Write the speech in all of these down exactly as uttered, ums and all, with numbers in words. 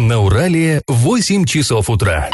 На Урале восемь часов утра.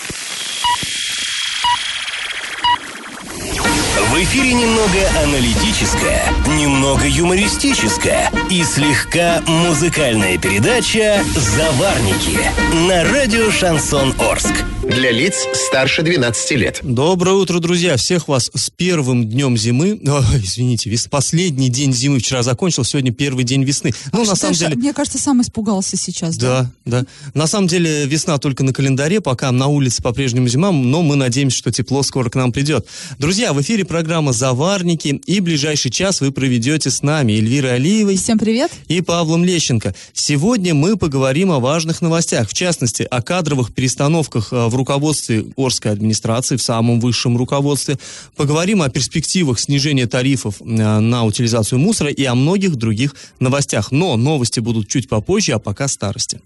В эфире немного аналитическая, немного юмористическая и слегка музыкальная передача «Заварники» на радио «Шансон Орск». Для лиц старше двенадцати лет. Доброе утро, друзья. Всех вас с первым днем зимы. Ой, извините, вес... последний день зимы вчера закончился, сегодня первый день весны. Ну, а на самом деле... Мне кажется, сам испугался сейчас. Да, да, да. На самом деле весна только на календаре, пока на улице по-прежнему зима, но мы надеемся, что тепло скоро к нам придет. Друзья, в эфире программа «Заварники», и ближайший час вы проведете с нами Эльвирой Алиевой. Всем привет. И Павлом Лещенко. Сегодня мы поговорим о важных новостях, в частности, о кадровых перестановках в руководстве Орской администрации, в самом высшем руководстве. Поговорим о перспективах снижения тарифов на утилизацию мусора и о многих других новостях. Но новости будут чуть попозже, а пока старости.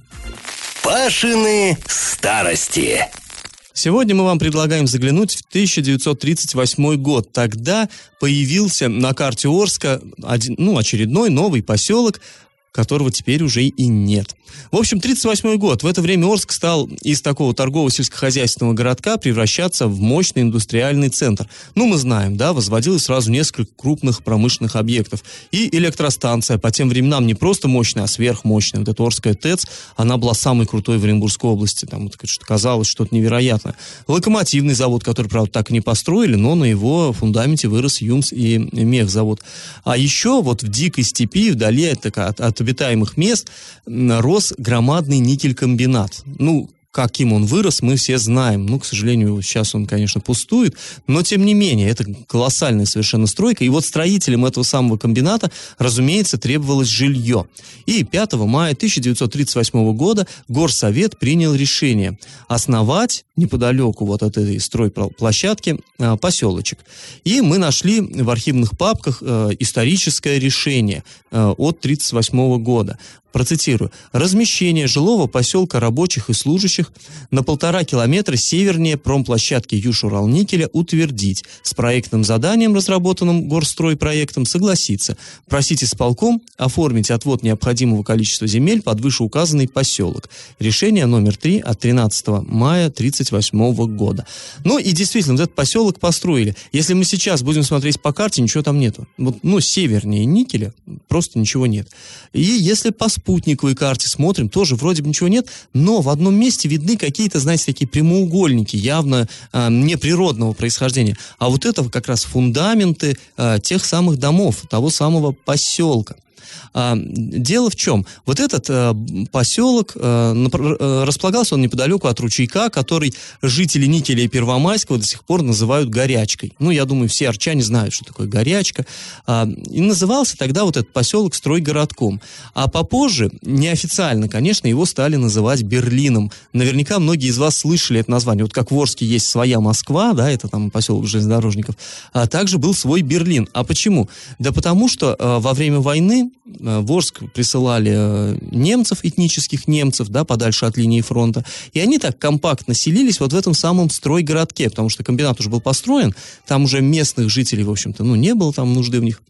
Пашины старости. Сегодня мы вам предлагаем заглянуть в тысяча девятьсот тридцать восьмой год. Тогда появился на карте Орска один, ну, очередной новый поселок, которого теперь уже и нет. В общем, тридцать восьмой год. В это время Орск стал из такого торгово-сельскохозяйственного городка превращаться в мощный индустриальный центр. Ну, мы знаем, да, возводилось сразу несколько крупных промышленных объектов. И электростанция, по тем временам не просто мощная, а сверхмощная. Вот эта Орская ТЭЦ, она была самой крутой в Оренбургской области. Там вот, казалось что-то невероятное. Локомотивный завод, который, правда, так и не построили, но на его фундаменте вырос ЮМС и мехзавод. А еще вот в дикой степи, вдали от, от, от обитаемых мест, рос громадный никель-комбинат. Ну, каким он вырос, мы все знаем. Ну, к сожалению, сейчас он, конечно, пустует, но, тем не менее, это колоссальная совершенно стройка. И вот строителям этого самого комбината, разумеется, требовалось жилье. И пятого мая тысяча девятьсот тридцать восьмого года Горсовет принял решение основать неподалеку вот от этой стройплощадки э, поселочек. И мы нашли в архивных папках э, историческое решение э, от тридцать восьмого года. Процитирую. «Размещение жилого поселка рабочих и служащих на полтора километра севернее промплощадки Юж-Уралникеля утвердить. С проектным заданием, разработанным Горстройпроектом, согласиться. Просить исполком оформить отвод необходимого количества земель под вышеуказанный поселок». Решение номер три от тринадцатого мая тридцать восьмого года. Ну и действительно, вот этот поселок построили. Если мы сейчас будем смотреть по карте, ничего там нету. Вот, ну, севернее Никеля просто ничего нет. И если по спутниковой карте смотрим, тоже вроде бы ничего нет, но в одном месте видны какие-то, знаете, такие прямоугольники, явно э, неприродного происхождения. А вот это как раз фундаменты э, тех самых домов, того самого поселка. А, дело в чем? Вот этот а, поселок, а, напр- располагался он неподалеку от ручейка, который жители Никеля и Первомайского до сих пор называют Горячкой. Ну, я думаю, все арчане знают, что такое Горячка. А, и назывался тогда вот этот поселок стройгородком. А попозже, неофициально, конечно, его стали называть Берлином. Наверняка многие из вас слышали это название. Вот как в Орске есть своя Москва, да, это там поселок железнодорожников, а также был свой Берлин. А почему? Да потому что а, во время войны в Орск присылали немцев, этнических немцев, да, подальше от линии фронта, и они так компактно селились вот в этом самом стройгородке, потому что комбинат уже был построен, там уже местных жителей, в общем-то, ну, не было там нужды в них.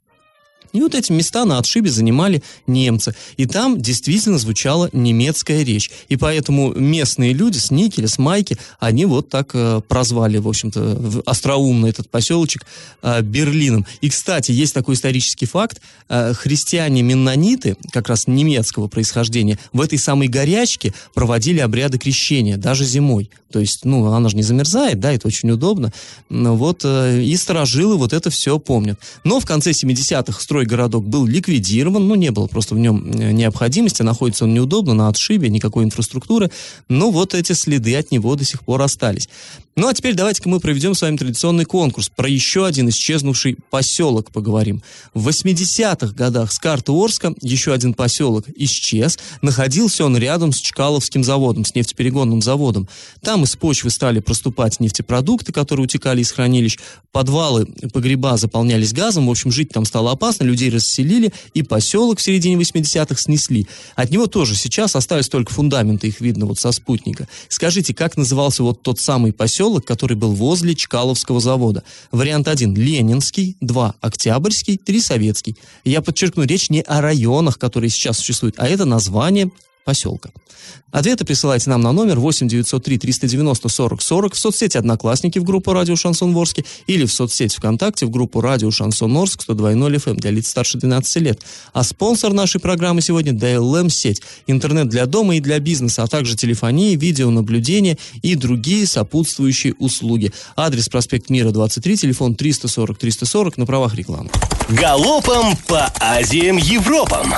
И вот эти места на отшибе занимали немцы. И там действительно звучала немецкая речь. И поэтому местные люди с Никеля, с Майки, они вот так э, прозвали, в общем-то, остроумно этот поселочек э, Берлином. И, кстати, есть такой исторический факт. Э, христиане-меннониты, как раз немецкого происхождения, в этой самой Горячке проводили обряды крещения, даже зимой. То есть, ну, она же не замерзает, да, это очень удобно. Вот, э, и старожилы вот это все помнят. Но в конце семидесятых стройгородок был ликвидирован, ну, не было просто в нем необходимости, находится он неудобно, на отшибе, никакой инфраструктуры, но вот эти следы от него до сих пор остались. Ну, а теперь давайте-ка мы проведем с вами традиционный конкурс. Про еще один исчезнувший поселок поговорим. В восьмидесятых годах с карты Орска еще один поселок исчез. Находился он рядом с Чкаловским заводом, с нефтеперегонным заводом. Там из почвы стали проступать нефтепродукты, которые утекали из хранилищ. Подвалы, погреба заполнялись газом. В общем, жить там стало опасно. Людей расселили, и поселок в середине восьмидесятых снесли. От него тоже сейчас остались только фундаменты, их видно вот со спутника. Скажите, как назывался вот тот самый поселок, который был возле Чкаловского завода? Вариант один – Ленинский, два – Октябрьский, три – Советский. Я подчеркну, речь не о районах, которые сейчас существуют, а это название поселка. Ответы присылайте нам на номер восемь девятьсот три триста девяносто сорок сорок, в соцсети «Одноклассники» в группу «Радио Шансон Орске» или в соцсети ВКонтакте в группу «Радио Шансон Орск» сто два ноль эф эм для лиц старше двенадцати лет. А спонсор нашей программы сегодня ди эл эм-сеть. Интернет для дома и для бизнеса, а также телефония, видеонаблюдение и другие сопутствующие услуги. Адрес: проспект Мира, двадцать три, телефон триста сорок триста сорок, на правах рекламы. Галопом по Азиям, Европам!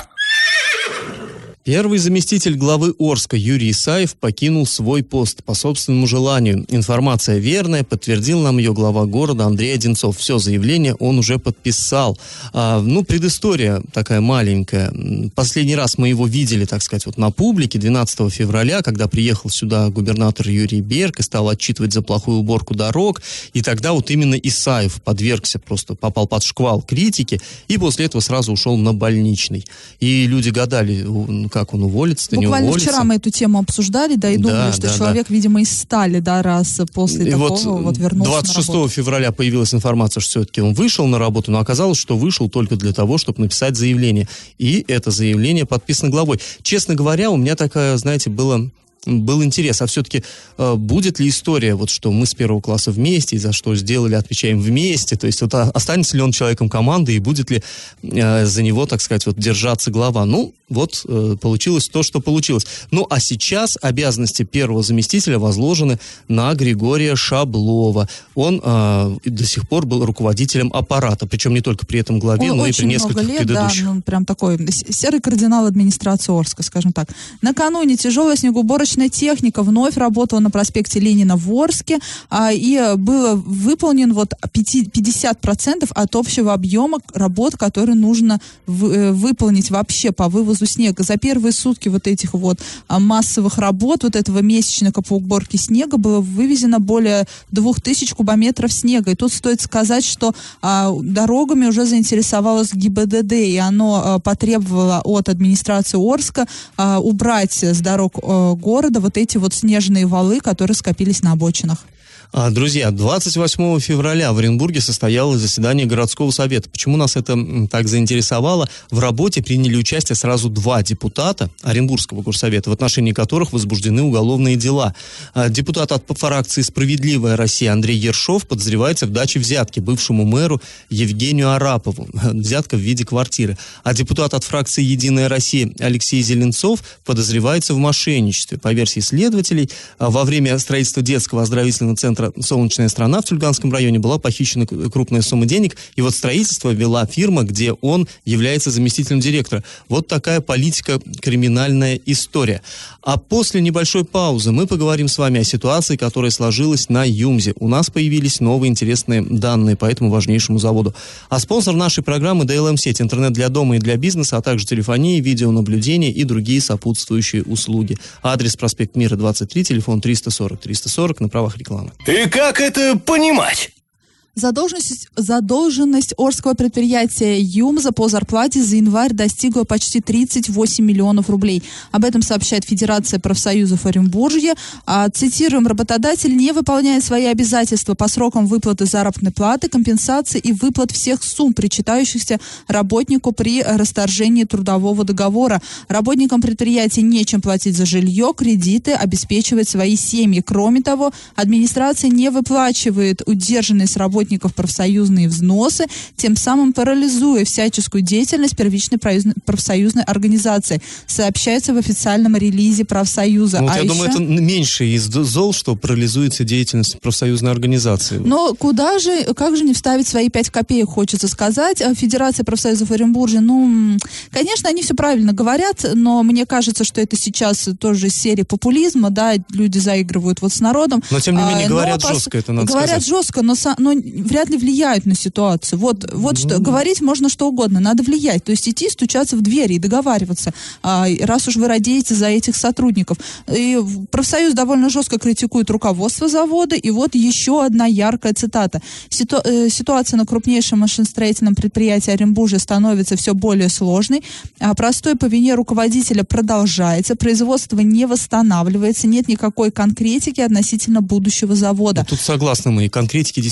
Первый заместитель главы Орска Юрий Исаев покинул свой пост по собственному желанию. Информация верная, подтвердил нам ее глава города Андрей Одинцов. Все заявление он уже подписал. А, ну, предыстория такая маленькая. Последний раз мы его видели, так сказать, вот на публике двенадцатого февраля, когда приехал сюда губернатор Юрий Берг и стал отчитывать за плохую уборку дорог. И тогда вот именно Исаев подвергся, просто попал под шквал критики, и после этого сразу ушел на больничный. И люди гадали, как он уволится-то, не уволится. Буквально вчера мы эту тему обсуждали, да, и да, думали, что да, человек, да. видимо, из стали, да, раз после и такого вот, вот вернулся двадцать шестого на работу. февраля появилась информация, что все-таки он вышел на работу, но оказалось, что вышел только для того, чтобы написать заявление. И это заявление подписано главой. Честно говоря, у меня такая, знаете, было... Был интерес, а все-таки э, будет ли история, вот что мы с первого класса вместе, и за что сделали, отвечаем вместе, то есть вот а, останется ли он человеком команды, и будет ли э, за него, так сказать, вот держаться глава. Ну, вот э, получилось то, что получилось. Ну, а сейчас обязанности первого заместителя возложены на Григория Шаблова. Он э, до сих пор был руководителем аппарата, причем не только при этом главе, Он но и при нескольких лет, предыдущих. Да, ну, прям такой серый кардинал администрации Орска, скажем так. Накануне тяжелая снегоуборочная техника вновь работала на проспекте Ленина в Орске, а, и было выполнен вот пятьдесят процентов от общего объема работ, которые нужно в, выполнить вообще по вывозу снега. За первые сутки вот этих вот а, массовых работ, вот этого месячника по уборке снега было вывезено более двух тысяч кубометров снега. И тут стоит сказать, что а, дорогами уже заинтересовалось ГИБДД, и оно а, потребовало от администрации Орска а, убрать с дорог а, города вот эти вот снежные валы, которые скопились на обочинах. Друзья, двадцать восьмого февраля в Оренбурге состоялось заседание городского совета. Почему нас это так заинтересовало? В работе приняли участие сразу два депутата Оренбургского горсовета, в отношении которых возбуждены уголовные дела. Депутат от фракции «Справедливая Россия» Андрей Ершов подозревается в даче взятки бывшему мэру Евгению Арапову. Взятка в виде квартиры. А депутат от фракции «Единая Россия» Алексей Зеленцов подозревается в мошенничестве. По версии следователей, во время строительства детского оздоровительного центра «Солнечная страна» в Тюльганском районе была похищена крупная сумма денег, и вот строительство вела фирма, где он является заместителем директора. Вот такая политика, криминальная история. А после небольшой паузы мы поговорим с вами о ситуации, которая сложилась на ЮМЗе. У нас появились новые интересные данные по этому важнейшему заводу. А спонсор нашей программы ди эл эм-сеть, интернет для дома и для бизнеса, а также телефония, видеонаблюдение и другие сопутствующие услуги. Адрес: проспект Мира, двадцать три, телефон триста сорок триста сорок, на правах рекламы. И как это понимать? Задолженность, задолженность Орского предприятия ЮМЗа по зарплате за январь достигла почти тридцать восемь миллионов рублей. Об этом сообщает Федерация профсоюзов Оренбуржья. А, цитируем: работодатель не выполняет свои обязательства по срокам выплаты заработной платы, компенсации и выплат всех сумм, причитающихся работнику при расторжении трудового договора. Работникам предприятия нечем платить за жилье, кредиты, обеспечивать свои семьи. Кроме того, администрация не выплачивает удержанные с работников профсоюзные взносы, тем самым парализуя всяческую деятельность первичной профсоюзной организации. Сообщается в официальном релизе профсоюза. Ну, вот а я еще... думаю, это меньше из зол, что парализуется деятельность профсоюзной организации. Но куда же, как же не вставить свои пять копеек, хочется сказать. Федерация профсоюзов Оренбуржья, ну, конечно, они все правильно говорят, но мне кажется, что это сейчас тоже серия популизма, да, люди заигрывают вот с народом. Но, тем не менее, а, говорят но, жестко, это надо говорят сказать. Говорят жестко, но, но вряд ли влияют на ситуацию. Вот, вот ну... что, говорить можно что угодно, надо влиять. То есть идти, стучаться в двери и договариваться, а, раз уж вы радеете за этих сотрудников. И профсоюз довольно жестко критикует руководство завода, и вот еще одна яркая цитата. Ситу, э, ситуация на крупнейшем машиностроительном предприятии Оренбуржья становится все более сложной, а простой по вине руководителя продолжается, производство не восстанавливается, нет никакой конкретики относительно будущего завода. Ну, тут согласны мы, и конкретики действительно очень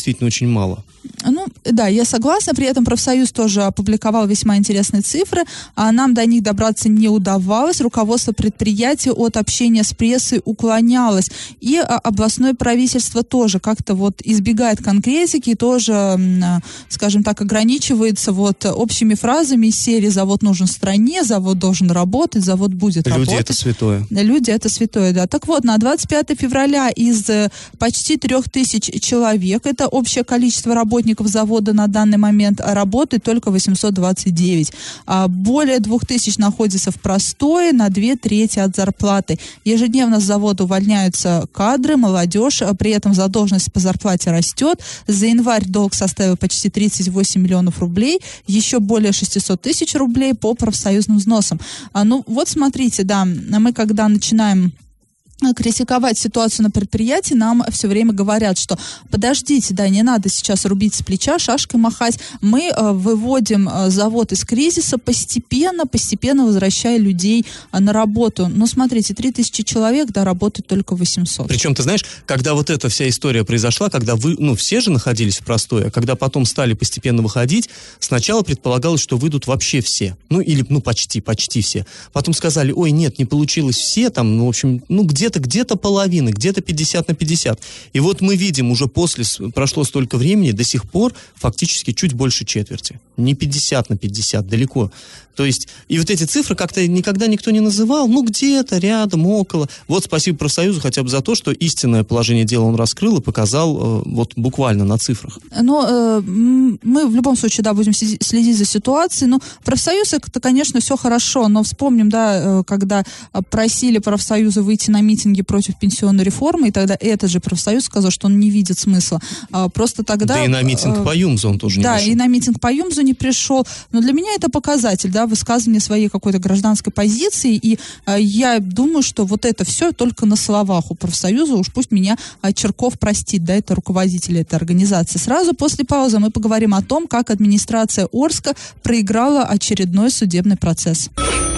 мало. Ну, да, я согласна. При этом профсоюз тоже опубликовал весьма интересные цифры, а нам до них добраться не удавалось. Руководство предприятия от общения с прессой уклонялось. И областное правительство тоже как-то вот избегает конкретики, тоже, скажем так, ограничивается вот общими фразами из серии «завод нужен стране», «завод должен работать», «завод будет Люди работать». Люди это святое. Люди это святое, да. Так вот, на двадцать пятое февраля из почти трех тысяч человек, это общее количество работников, работников завода на данный момент, а работает только восемьсот двадцать девять. А более двух тысяч находятся в простое, на две трети от зарплаты. Ежедневно с завода увольняются кадры, молодежь, при этом задолженность по зарплате растет. За январь долг составил почти тридцать восемь миллионов рублей, еще более шестьсот тысяч рублей по профсоюзным взносам. А, ну вот смотрите, да, мы когда начинаем критиковать ситуацию на предприятии, нам все время говорят, что подождите, да, не надо сейчас рубить с плеча, шашкой махать. Мы э, выводим э, завод из кризиса постепенно, постепенно возвращая людей э, на работу. Но смотрите, три тысячи человек, да, работают только восемьсот. Причем, ты знаешь, когда вот эта вся история произошла, когда вы, ну, все же находились в простое, а когда потом стали постепенно выходить, сначала предполагалось, что выйдут вообще все. Ну, или, ну, почти, почти все. Потом сказали, ой, нет, не получилось все, там, ну, в общем, ну, где где-то, где-то половины, где-то пятьдесят на пятьдесят. И вот мы видим, уже после, прошло столько времени, до сих пор фактически чуть больше четверти. Не пятьдесят на пятьдесят, далеко. То есть, и вот эти цифры как-то никогда никто не называл, ну, где-то, рядом, около. Вот спасибо профсоюзу хотя бы за то, что истинное положение дела он раскрыл и показал э, вот буквально на цифрах. Но э, мы в любом случае, да, будем следить за ситуацией. Ну, профсоюз, это, конечно, все хорошо, но вспомним, да, когда просили профсоюзы выйти на митинги против пенсионной реформы, и тогда этот же профсоюз сказал, что он не видит смысла. А, просто тогда... Да и на митинг э, по ЮМЗу он тоже не да, пришел. Да, и на митинг по ЮМЗу не пришел. Но для меня это показатель, да, высказывание своей какой-то гражданской позиции, и э, я думаю, что вот это все только на словах у профсоюза, уж пусть меня э, Черков простит, да, это руководитель этой организации. Сразу после паузы мы поговорим о том, как администрация Орска проиграла очередной судебный процесс.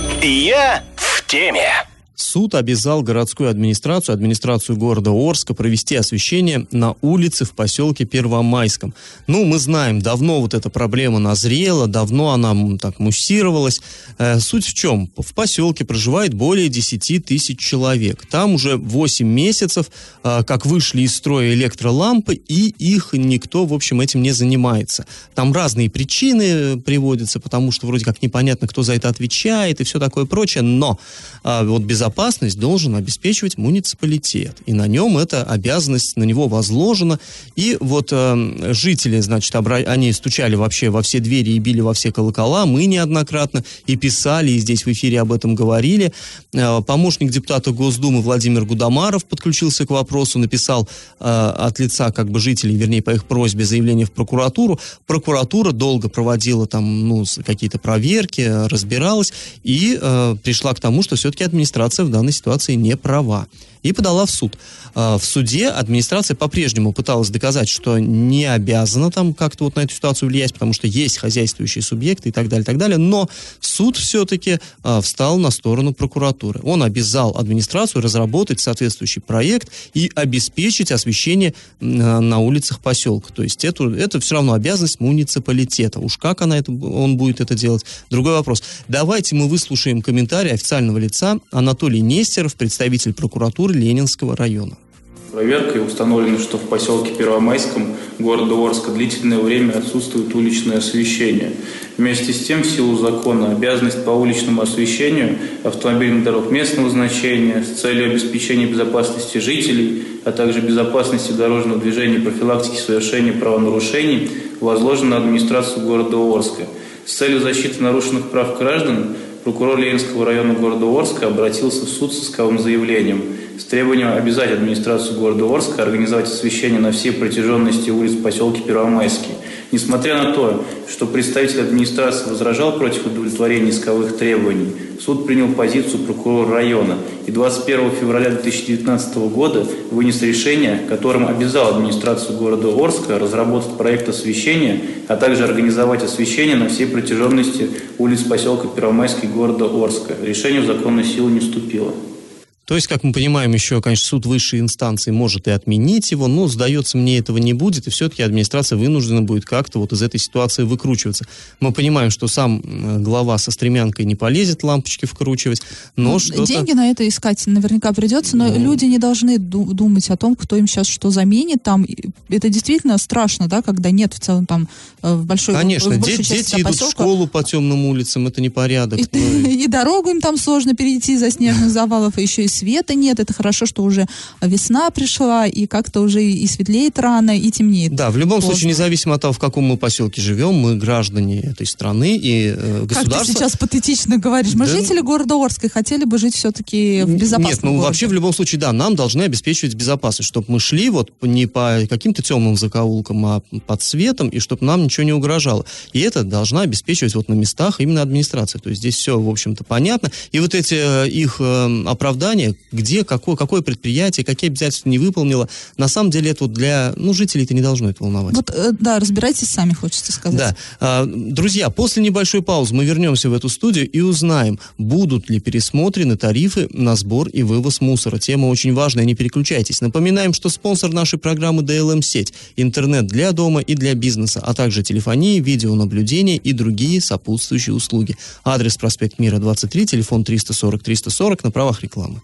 Я в теме. Суд обязал городскую администрацию, администрацию города Орска провести освещение на улице в поселке Первомайском. Ну, мы знаем, давно вот эта проблема назрела, давно она так муссировалась. Э, суть в чем? В поселке проживает более десяти тысяч человек. Там уже восемь месяцев, э, как вышли из строя электролампы, и их никто, в общем, этим не занимается. Там разные причины приводятся, потому что вроде как непонятно, кто за это отвечает и все такое прочее, но э, вот безопасность Безопасность должен обеспечивать муниципалитет. И на нем эта обязанность, на него возложена. И вот э, жители, значит, обра- они стучали вообще во все двери и били во все колокола. Мы неоднократно и писали, и здесь в эфире об этом говорили. Э, помощник депутата Госдумы Владимир Гудамаров подключился к вопросу, написал э, от лица как бы жителей, вернее, по их просьбе, заявление в прокуратуру. Прокуратура долго проводила там, ну, какие-то проверки, разбиралась и э, пришла к тому, что все-таки администрация в данной ситуации не права. И подала в суд. В суде администрация по-прежнему пыталась доказать, что не обязана там как-то вот на эту ситуацию влиять, потому что есть хозяйствующие субъекты и так далее, и так далее. Но суд все-таки встал на сторону прокуратуры. Он обязал администрацию разработать соответствующий проект и обеспечить освещение на улицах поселка. То есть это, это все равно обязанность муниципалитета. Уж как она это, он будет это делать, другой вопрос. Давайте мы выслушаем комментарий официального лица. Анатолий Нестеров, представитель прокуратуры Ленинского района. Проверкой установлено, что в поселке Первомайском города Орска длительное время отсутствует уличное освещение. Вместе с тем, в силу закона, обязанность по уличному освещению автомобильных дорог местного значения с целью обеспечения безопасности жителей, а также безопасности дорожного движения и профилактики совершения правонарушений возложена на администрацию города Орска. С целью защиты нарушенных прав граждан прокурор Ленинского района города Орска обратился в суд с исковым заявлением с требованием обязать администрацию города Орска организовать освещение на всей протяженности улиц в поселке Первомайский. Несмотря на то, что представитель администрации возражал против удовлетворения исковых требований, суд принял позицию прокурора района и двадцать первого февраля две тысячи девятнадцатого года вынес решение, которым обязал администрацию города Орска разработать проект освещения, а также организовать освещение на всей протяженности улиц поселка Первомайский города Орска. Решение в законную силу не вступило. То есть, как мы понимаем, еще, конечно, суд высшей инстанции может и отменить его, но, сдается мне, этого не будет, и все-таки администрация вынуждена будет как-то вот из этой ситуации выкручиваться. Мы понимаем, что сам глава со стремянкой не полезет лампочки вкручивать, но ну, что-то... Деньги на это искать наверняка придется, но ну... люди не должны ду- думать о том, кто им сейчас что заменит. Там это действительно страшно, да, когда нет в целом там в большой... Конечно, в большой де- части дети идут в школу по темным улицам, это непорядок. И, но... и дорогу им там сложно перейти из-за снежных завалов, и еще и света нет. Это хорошо, что уже весна пришла, и как-то уже и светлеет рано, и темнеет. Да, в любом поздно. случае, независимо от того, в каком мы поселке живем, мы граждане этой страны, и э, государство... Как ты сейчас патетично говоришь. Мы да... жители города Орска, и хотели бы жить все-таки в безопасном Нет, ну городе. вообще в любом случае, да, нам должны обеспечивать безопасность, чтобы мы шли вот не по каким-то темным закоулкам, а под светом, и чтобы нам ничего не угрожало. И это должна обеспечивать вот на местах именно администрация. То есть здесь все, в общем-то, понятно. И вот эти э, их э, оправдания, где, какое, какое предприятие, какие обязательства не выполнило, на самом деле это вот для, ну, жителей-то не должно это волновать. Вот, э, да, разбирайтесь сами, хочется сказать. Да. А, друзья, после небольшой паузы мы вернемся в эту студию и узнаем, будут ли пересмотрены тарифы на сбор и вывоз мусора. Тема очень важная, не переключайтесь. Напоминаем, что спонсор нашей программы ди эл эм-сеть, интернет для дома и для бизнеса, а также телефонии, видеонаблюдение и другие сопутствующие услуги. Адрес: проспект Мира, двадцать три, телефон триста сорок триста сорок, на правах рекламы.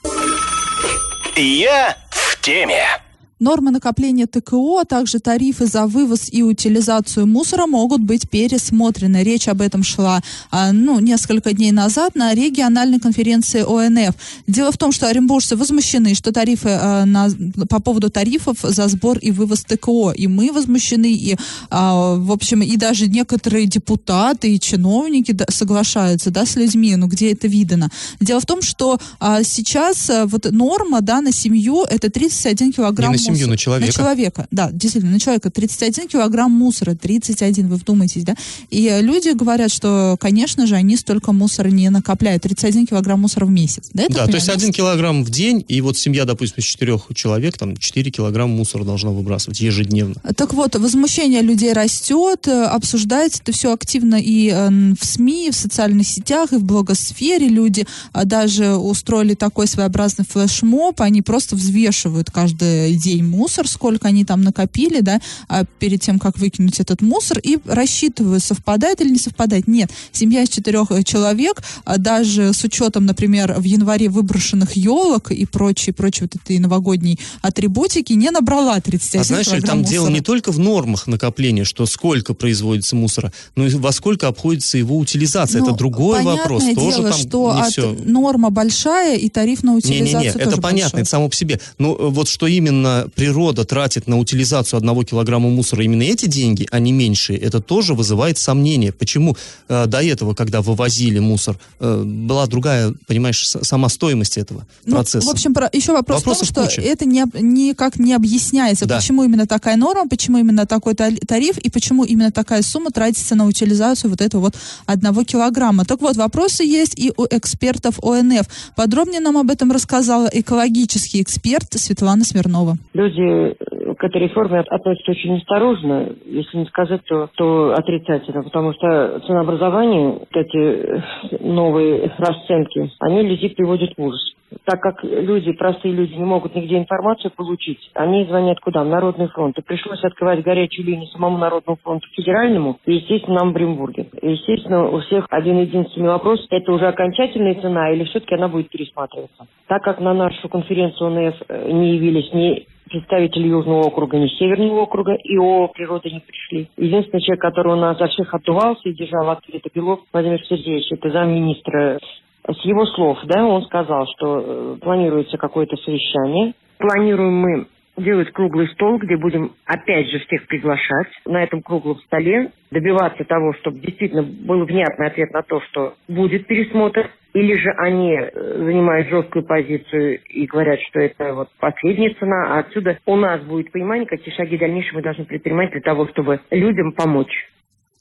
Я в теме. Нормы накопления тэ ка о, а также тарифы за вывоз и утилизацию мусора могут быть пересмотрены. Речь об этом шла а, ну, несколько дней назад на региональной конференции о эн эф. Дело в том, что оренбуржцы возмущены, что тарифы а, на, по поводу тарифов за сбор и вывоз тэ ка о. И мы возмущены, и, а, в общем, и даже некоторые депутаты и чиновники да, соглашаются да, с людьми, ну где это видно. Дело в том, что а, сейчас а, вот норма да, на семью это тридцать один килограмм мусора. Семью, на человека. На человека, да, действительно, на человека. тридцать один килограмм мусора, тридцать один, вы вдумайтесь, да? И люди говорят, что, конечно же, они столько мусора не накопляют. тридцать один килограмм мусора в месяц. Да, да то есть один килограмм в день, и вот семья, допустим, из четырех человек, там четыре килограмма мусора должна выбрасывать ежедневно. Так вот, возмущение людей растет, обсуждается это все активно и в СМИ, и в социальных сетях, и в блогосфере. Люди даже устроили такой своеобразный флешмоб, они просто взвешивают каждый день мусор, сколько они там накопили, да, а перед тем, как выкинуть этот мусор, и рассчитывают, совпадает или не совпадает. Нет, семья из четырех человек, а даже с учетом, например, в январе выброшенных елок и прочей, прочей вот этой новогодней атрибутики, не набрала тридцать один а знаешь, килограмм там мусора. Дело не только в нормах накопления, что сколько производится мусора, но и во сколько обходится его утилизация. Ну, это другой вопрос. Понятное тоже дело, там что не от все... норма большая, и тариф на утилизацию Не-не-не, тоже это понятно, большой. это само по себе. Но вот что именно природа тратит на утилизацию одного килограмма мусора именно эти деньги, а не меньшие, это тоже вызывает сомнения. Почему э, до этого, когда вывозили мусор, э, была другая, понимаешь, с- сама стоимость этого ну, процесса? В общем, про, еще вопрос Вопросов в том, куча. что это не, никак не объясняется, Да. почему именно такая норма, почему именно такой тариф и почему именно такая сумма тратится на утилизацию вот этого вот одного килограмма. Так вот, вопросы есть и у экспертов о эн эф. Подробнее нам об этом рассказала экологический эксперт Светлана Смирнова. Люди к этой реформе относятся очень осторожно, если не сказать, то, то отрицательно, потому что ценообразование, вот эти новые расценки, они людей приводят в ужас. Так как люди, простые люди, не могут нигде информацию получить, они звонят куда? В Народный фронт. И пришлось открывать горячую линию самому Народному фронту федеральному и, естественно, нам в Оренбурге. И, естественно, у всех один единственный вопрос, это уже окончательная цена или все-таки она будет пересматриваться. Так как на нашу конференцию о эн эф не явились ни представители Южного округа, ни Северного округа, и о природе не пришли. Единственный человек, который у нас за всех отдувался и держал ответ, это Белов Владимир Сергеевич, это замминистра. С его слов, да, он сказал, что э, планируется какое-то совещание. Планируем мы делать круглый стол, где будем опять же всех приглашать. На этом круглом столе добиваться того, чтобы действительно был внятный ответ на то, что будет пересмотр. Или же они занимают жесткую позицию и говорят, что это вот последняя цена, а отсюда у нас будет понимание, какие шаги дальнейшие мы должны предпринимать для того, чтобы людям помочь.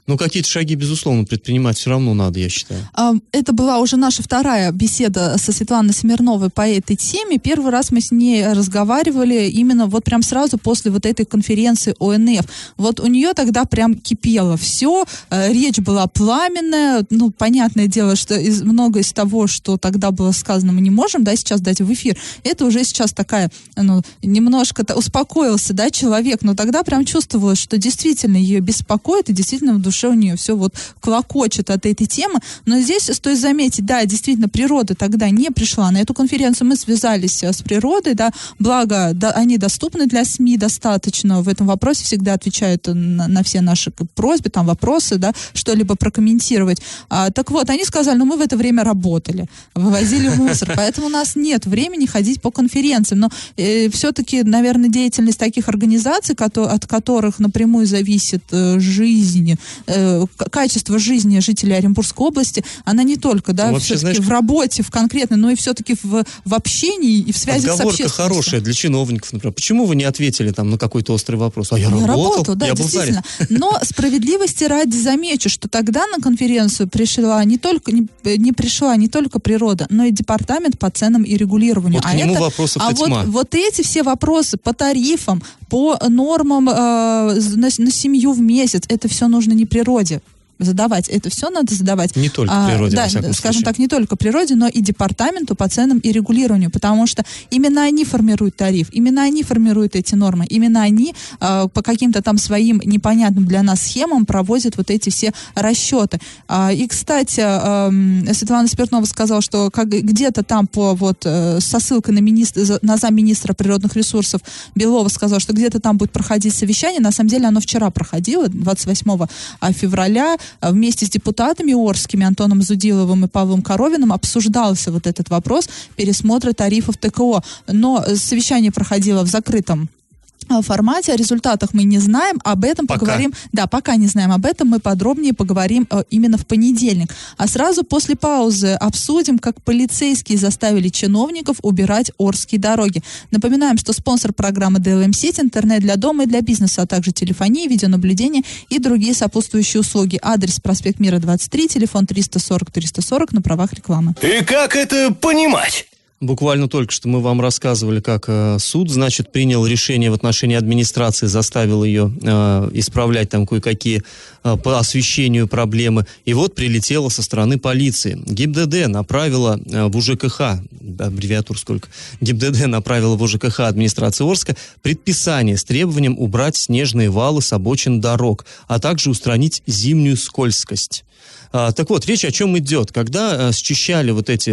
Ну, какие-то шаги, безусловно, предпринимать все равно надо, я считаю. Это была уже наша вторая беседа со Светланой Смирновой по этой теме. Первый раз мы с ней разговаривали именно вот прям сразу после вот этой конференции о эн эф. Вот у нее тогда прям кипело все, речь была пламенная. Ну, понятное дело, что из, много из того, что тогда было сказано, мы не можем, да, сейчас дать в эфир. Это уже сейчас такая, ну, немножко успокоился, да, человек, но тогда прям чувствовалось, что действительно ее беспокоит и действительно в душе у нее все вот клокочет от этой темы. Но здесь стоит заметить, да, действительно, природа тогда не пришла на эту конференцию. Мы связались с природой, да, благо да, они доступны для СМИ достаточно. В этом вопросе всегда отвечают на, на все наши просьбы, там вопросы, да, что-либо прокомментировать. А, так вот, они сказали, ну мы в это время работали, вывозили мусор, поэтому у нас нет времени ходить по конференциям. Но э, все-таки, наверное, деятельность таких организаций, кото- от которых напрямую зависит э, жизнь, э, качество жизни жителей Оренбургской области, она не только, да, вообще, все-таки знаешь, в работе, в конкретной, но и все-таки в, в общении и в связи с общественностью. Отговорка хорошая для чиновников, например. Почему вы не ответили там на какой-то острый вопрос? А я, я работал, работал, да, я был действительно. занят. Но справедливости ради замечу, что тогда на конференцию пришла не только не, не пришла не только природа, но и департамент по ценам и регулированию. Вот а к нему это, вопросов-то а тьма. вот, вот эти все вопросы по тарифам, по нормам э, на, на семью в месяц, это все нужно не природе задавать. Это все надо задавать. Не только а, природе, да, во всяком скажем случае. так, не только природе, но и департаменту по ценам и регулированию, потому что именно они формируют тариф, именно они формируют эти нормы, именно они а, по каким-то там своим непонятным для нас схемам проводят вот эти все расчеты. А, и, кстати, а, Светлана Смирнова сказала, что как, где-то там по вот со ссылкой на, министр, на замминистра природных ресурсов Белова сказала, что где-то там будет проходить совещание. На самом деле оно вчера проходило, двадцать восьмого февраля. Вместе с депутатами орскими Антоном Зудиловым и Павлом Коровиным обсуждался вот этот вопрос пересмотра тарифов ТКО. Но совещание проходило в закрытом формате, о результатах мы не знаем, об этом пока. поговорим, да, пока не знаем об этом, мы подробнее поговорим э, именно в понедельник. А сразу после паузы обсудим, как полицейские заставили чиновников убирать орские дороги. Напоминаем, что спонсор программы ди эл эм-сеть, интернет для дома и для бизнеса, а также телефония, видеонаблюдение и другие сопутствующие услуги. Адрес: проспект Мира, двадцать три, телефон триста сорок триста сорок на правах рекламы. И как это понимать? Буквально только что мы вам рассказывали, как э, суд, значит, принял решение в отношении администрации, заставил ее э, исправлять там кое-какие э, по освещению проблемы. И вот прилетело со стороны полиции. ГИБДД направила э, в УЖКХ, аббревиатур сколько, ГИБДД направила в УЖКХ администрации Орска предписание с требованием убрать снежные валы с обочин дорог, а также устранить зимнюю скользкость. А, так вот, речь о чем идет. Когда а, счищали вот эти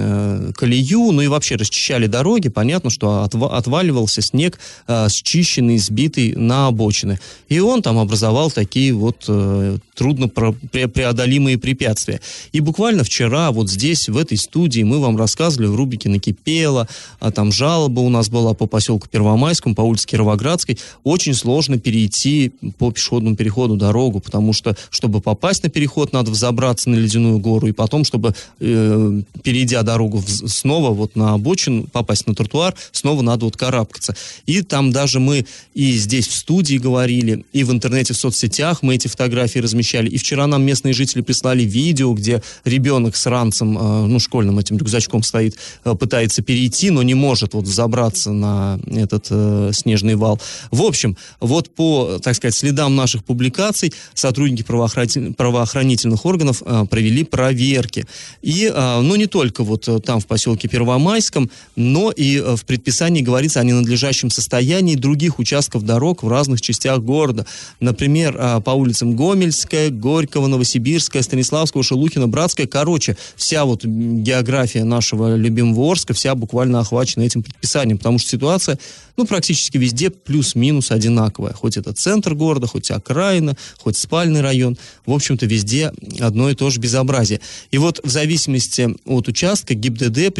а, колею, ну и вообще расчищали дороги, понятно, что отва- отваливался снег, а, счищенный, сбитый на обочины. И он там образовал такие вот а, труднопреодолимые препятствия. И буквально вчера вот здесь, в этой студии, мы вам рассказывали в рубрике «Накипело», а там жалоба у нас была по поселку Первомайскому, по улице Кировоградской. Очень сложно перейти по пешеходному переходу дорогу, потому что, чтобы попасть на переход, надо забраться на ледяную гору, и потом, чтобы, э, перейдя дорогу в, снова вот на обочину, попасть на тротуар, снова надо вот карабкаться. И там даже мы и здесь в студии говорили, и в интернете, в соцсетях мы эти фотографии размещали, и вчера нам местные жители прислали видео, где ребенок с ранцем, э, ну, школьным этим рюкзачком стоит, э, пытается перейти, но не может вот забраться на этот э, снежный вал. В общем, вот по, так сказать, следам наших публикаций сотрудники правоохранитель, правоохранительных органов а, провели проверки. И, а, ну, не только вот там в поселке Первомайском, но и а, в предписании говорится о ненадлежащем состоянии других участков дорог в разных частях города. Например, а, по улицам Гомельская, Горького, Новосибирская, Станиславского, Шелухина, Братская. Короче, вся вот география нашего любимого Орска, вся буквально охвачена этим предписанием, потому что ситуация, ну, практически везде плюс-минус одинаковая. Хоть это центр города, хоть окраина, хоть спальный район. В общем-то, везде одно и то же безобразие. И вот в зависимости от участка ГИБДД предписывает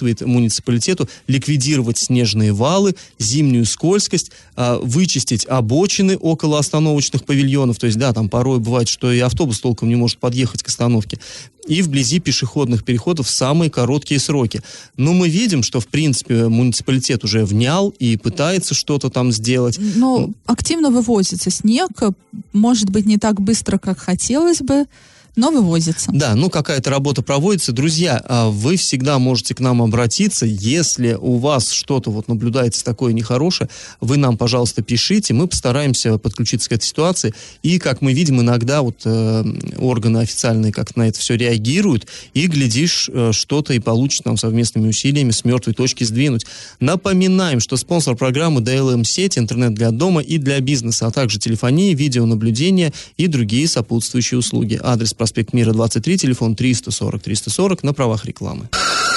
предписывает муниципалитету ликвидировать снежные валы, зимнюю скользкость, вычистить обочины около остановочных павильонов. То есть, да, там порой бывает, что и автобус толком не может подъехать к остановке. И вблизи пешеходных переходов в самые короткие сроки. Но мы видим, что, в принципе, муниципалитет уже внял и пытается что-то там сделать. Но активно вывозится снег, может быть, не так быстро, как хотелось бы, но вывозится. Да, ну какая-то работа проводится. Друзья, вы всегда можете к нам обратиться, если у вас что-то вот наблюдается такое нехорошее, вы нам, пожалуйста, пишите, мы постараемся подключиться к этой ситуации. И, как мы видим, иногда вот э, органы официальные как-то на это все реагируют, и, глядишь, э, что-то и получится нам совместными усилиями с мертвой точки сдвинуть. Напоминаем, что спонсор программы ди эл эм-сеть, интернет для дома и для бизнеса, а также телефония, видеонаблюдение и другие сопутствующие услуги. Адрес проспект Мира, двадцать три, телефон триста сорок триста сорок на правах рекламы.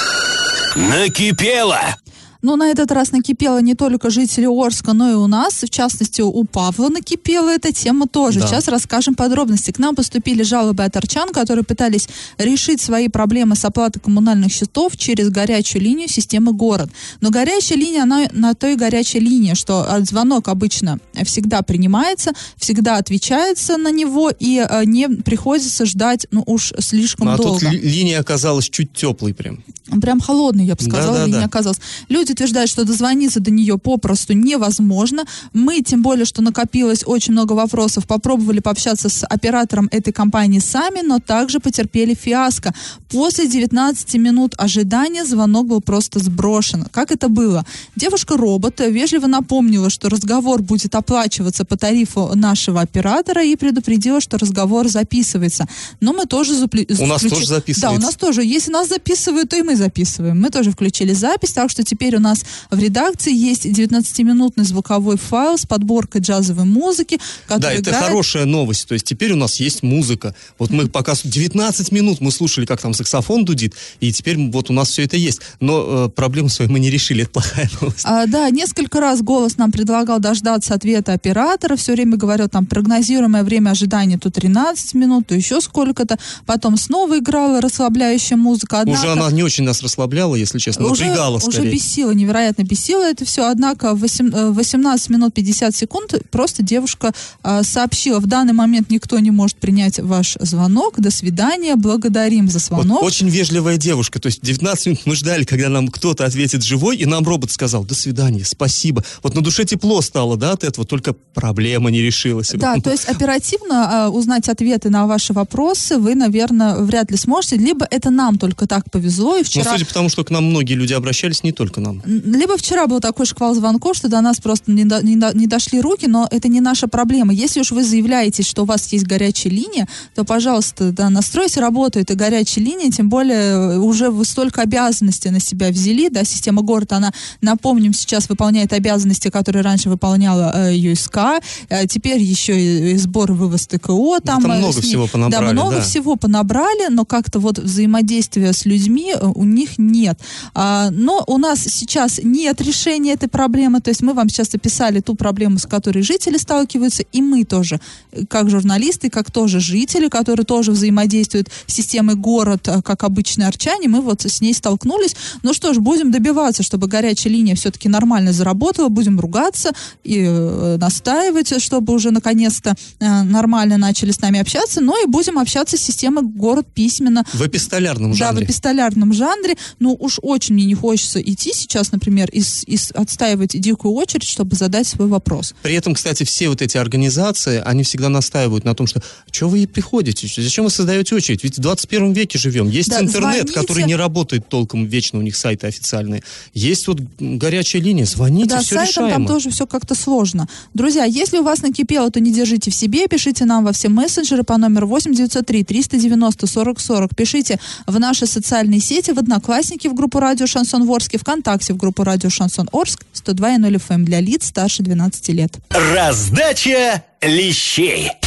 Накипело! Но на этот раз накипело не только жители Орска, но и у нас. В частности, у Павла накипела эта тема тоже. Да. Сейчас расскажем подробности. К нам поступили жалобы от арчан, которые пытались решить свои проблемы с оплатой коммунальных счетов через горячую линию системы «Город». Но горячая линия, она на той горячей линии, что звонок обычно всегда принимается, всегда отвечается на него, и не приходится ждать, ну уж слишком а долго. А тут линия оказалась чуть теплой прям. Прям холодной, я бы сказала, да, да, линия да. оказалась. Люди утверждают, что дозвониться до нее попросту невозможно. Мы, тем более, что накопилось очень много вопросов, попробовали пообщаться с оператором этой компании сами, но также потерпели фиаско. После девятнадцати минут ожидания звонок был просто сброшен. Как это было? Девушка-робот вежливо напомнила, что разговор будет оплачиваться по тарифу нашего оператора, и предупредила, что разговор записывается. Но мы тоже запли... У нас включи... тоже записывается. Да, у нас тоже. Если нас записывают, то и мы записываем. Мы тоже включили запись, так что теперь у нас в редакции есть девятнадцатиминутный звуковой файл с подборкой джазовой музыки, Да, это играет... хорошая новость. То есть теперь у нас есть музыка. Вот мы пока девятнадцать минут мы слушали, как там саксофон дудит, и теперь вот у нас все это есть. Но э, проблему свою мы не решили, это плохая новость. А, да, несколько раз голос нам предлагал дождаться ответа оператора, все время говорил, там, прогнозируемое время ожидания то тринадцать минут, то еще сколько-то. Потом снова играла расслабляющая музыка. Однако... Уже она не очень нас расслабляла, если честно, уже, напрягала скорее. Уже бесила, невероятно бесила это все. Однако в восемнадцать минут пятьдесят секунд просто девушка а, сообщила: в данный момент никто не может принять ваш звонок. До свидания, благодарим за звонок. Вот, очень вежливая девушка. То есть девятнадцать минут мы ждали, когда нам кто-то ответит живой, и нам робот сказал: до свидания, спасибо. Вот на душе тепло стало, да, от этого, только проблема не решилась. Да, то есть оперативно а, узнать ответы на ваши вопросы вы, наверное, вряд ли сможете. Либо это нам только так повезло, и вчера... Ну, судя по тому, что к нам многие люди обращались, не только нам. Либо вчера был такой шквал звонков, что до нас просто не, до, не, до, не дошли руки, но это не наша проблема. Если уж вы заявляете, что у вас есть горячая линия, то, пожалуйста, да, настройте работу этой горячей линии, тем более уже вы столько обязанностей на себя взяли, да, система «Город», она, напомним, сейчас выполняет обязанности, которые раньше выполняла э, ю эс ка, э, теперь еще и, и сбор, вывоз тэ ка о. Там, там э, много всего понабрали. Да, много да. всего понабрали, но как-то вот взаимодействия с людьми у них нет. А, но у нас сейчас нет решения этой проблемы, то есть мы вам сейчас описали ту проблему, с которой жители сталкиваются, и мы тоже, как журналисты, как тоже жители, которые тоже взаимодействуют с системой «Город», как обычные арчане, мы вот с ней столкнулись. Ну что ж, будем добиваться, чтобы горячая линия все-таки нормально заработала, будем ругаться и э, настаивать, чтобы уже наконец-то э, нормально начали с нами общаться, но и будем общаться с системой «Город» письменно. В эпистолярном жанре. Да, в эпистолярном жанре. Ну уж очень мне не хочется идти сейчас, например, и, и отстаивать дикую очередь, чтобы задать свой вопрос. При этом, кстати, все вот эти организации, они всегда настаивают на том, что что вы приходите, зачем вы создаете очередь? Ведь в двадцать первом веке живем. Есть да, интернет, звоните. который не работает толком, вечно у них сайты официальные. Есть вот горячая линия, звоните, да, все с сайтом решаемо. Там тоже все как-то сложно. Друзья, если у вас накипело, то не держите в себе, пишите нам во все мессенджеры по номеру восемь девятьсот три триста девяносто сорок сорок. Пишите в наши социальные сети, в Одноклассники в группу радио Шансон Орск, ВКонтакте в группу радио Шансон Орск, сто два и ноль эф эм для лиц старше двенадцати лет. Раздача лещей.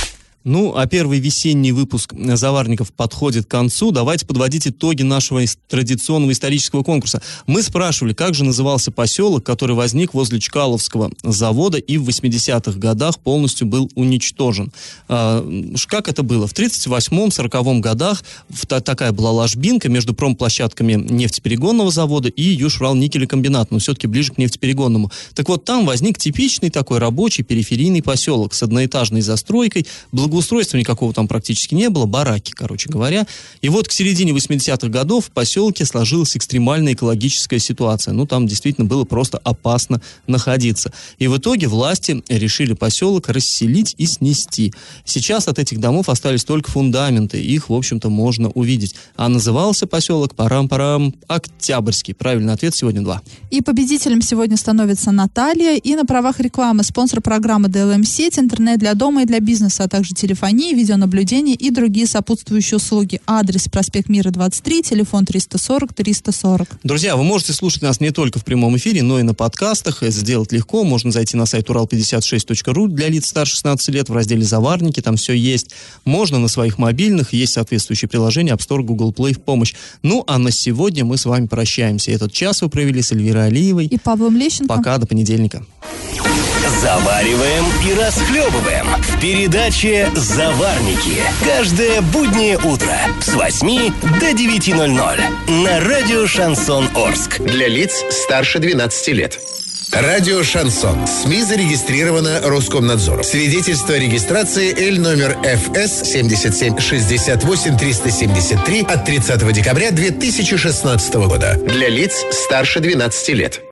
Ну, а первый весенний выпуск «Заварников» подходит к концу. Давайте подводить итоги нашего традиционного исторического конкурса. Мы спрашивали, как же назывался поселок, который возник возле Чкаловского завода и в восьмидесятых годах полностью был уничтожен. А, как это было? В тридцать восьмом — сороковом годах такая была ложбинка между промплощадками нефтеперегонного завода и Южурал-никелекомбината, но все-таки ближе к нефтеперегонному. Так вот, там возник типичный такой рабочий периферийный поселок с одноэтажной застройкой, благоустройства никакого там практически не было, бараки, короче говоря. И вот к середине восьмидесятых годов в поселке сложилась экстремальная экологическая ситуация. Ну, там действительно было просто опасно находиться. И в итоге власти решили поселок расселить и снести. Сейчас от этих домов остались только фундаменты, их, в общем-то, можно увидеть. А назывался поселок, парам-парам, Октябрьский. Правильный ответ сегодня два. И победителем сегодня становится Наталья. И на правах рекламы спонсор программы ди эл эм-сеть, интернет для дома и для бизнеса, а также телефонии, видеонаблюдение и другие сопутствующие услуги. Адрес: проспект Мира, двадцать три, телефон триста сорок триста сорок. Друзья, вы можете слушать нас не только в прямом эфире, но и на подкастах. Это сделать легко. Можно зайти на сайт урал пятьдесят шесть точка ру для лиц старше шестнадцати лет в разделе «Заварники». Там все есть. Можно на своих мобильных. Есть соответствующие приложения App Store, Google Play в помощь. Ну, а на сегодня мы с вами прощаемся. Этот час вы провели с Эльвирой Алиевой и Павлом Лещенко. Пока, до понедельника. Завариваем и расхлебываем в передаче «Заварники». Каждое буднее утро с восьми до девяти ноль-ноль на радио «Шансон Орск». Для лиц старше двенадцати лет. Радио «Шансон». СМИ зарегистрировано Роскомнадзором. Свидетельство о регистрации Л номер эф эс семьдесят семь шестьдесят восемь триста семьдесят три от тридцатого декабря две тысячи шестнадцатого года. Для лиц старше двенадцати лет.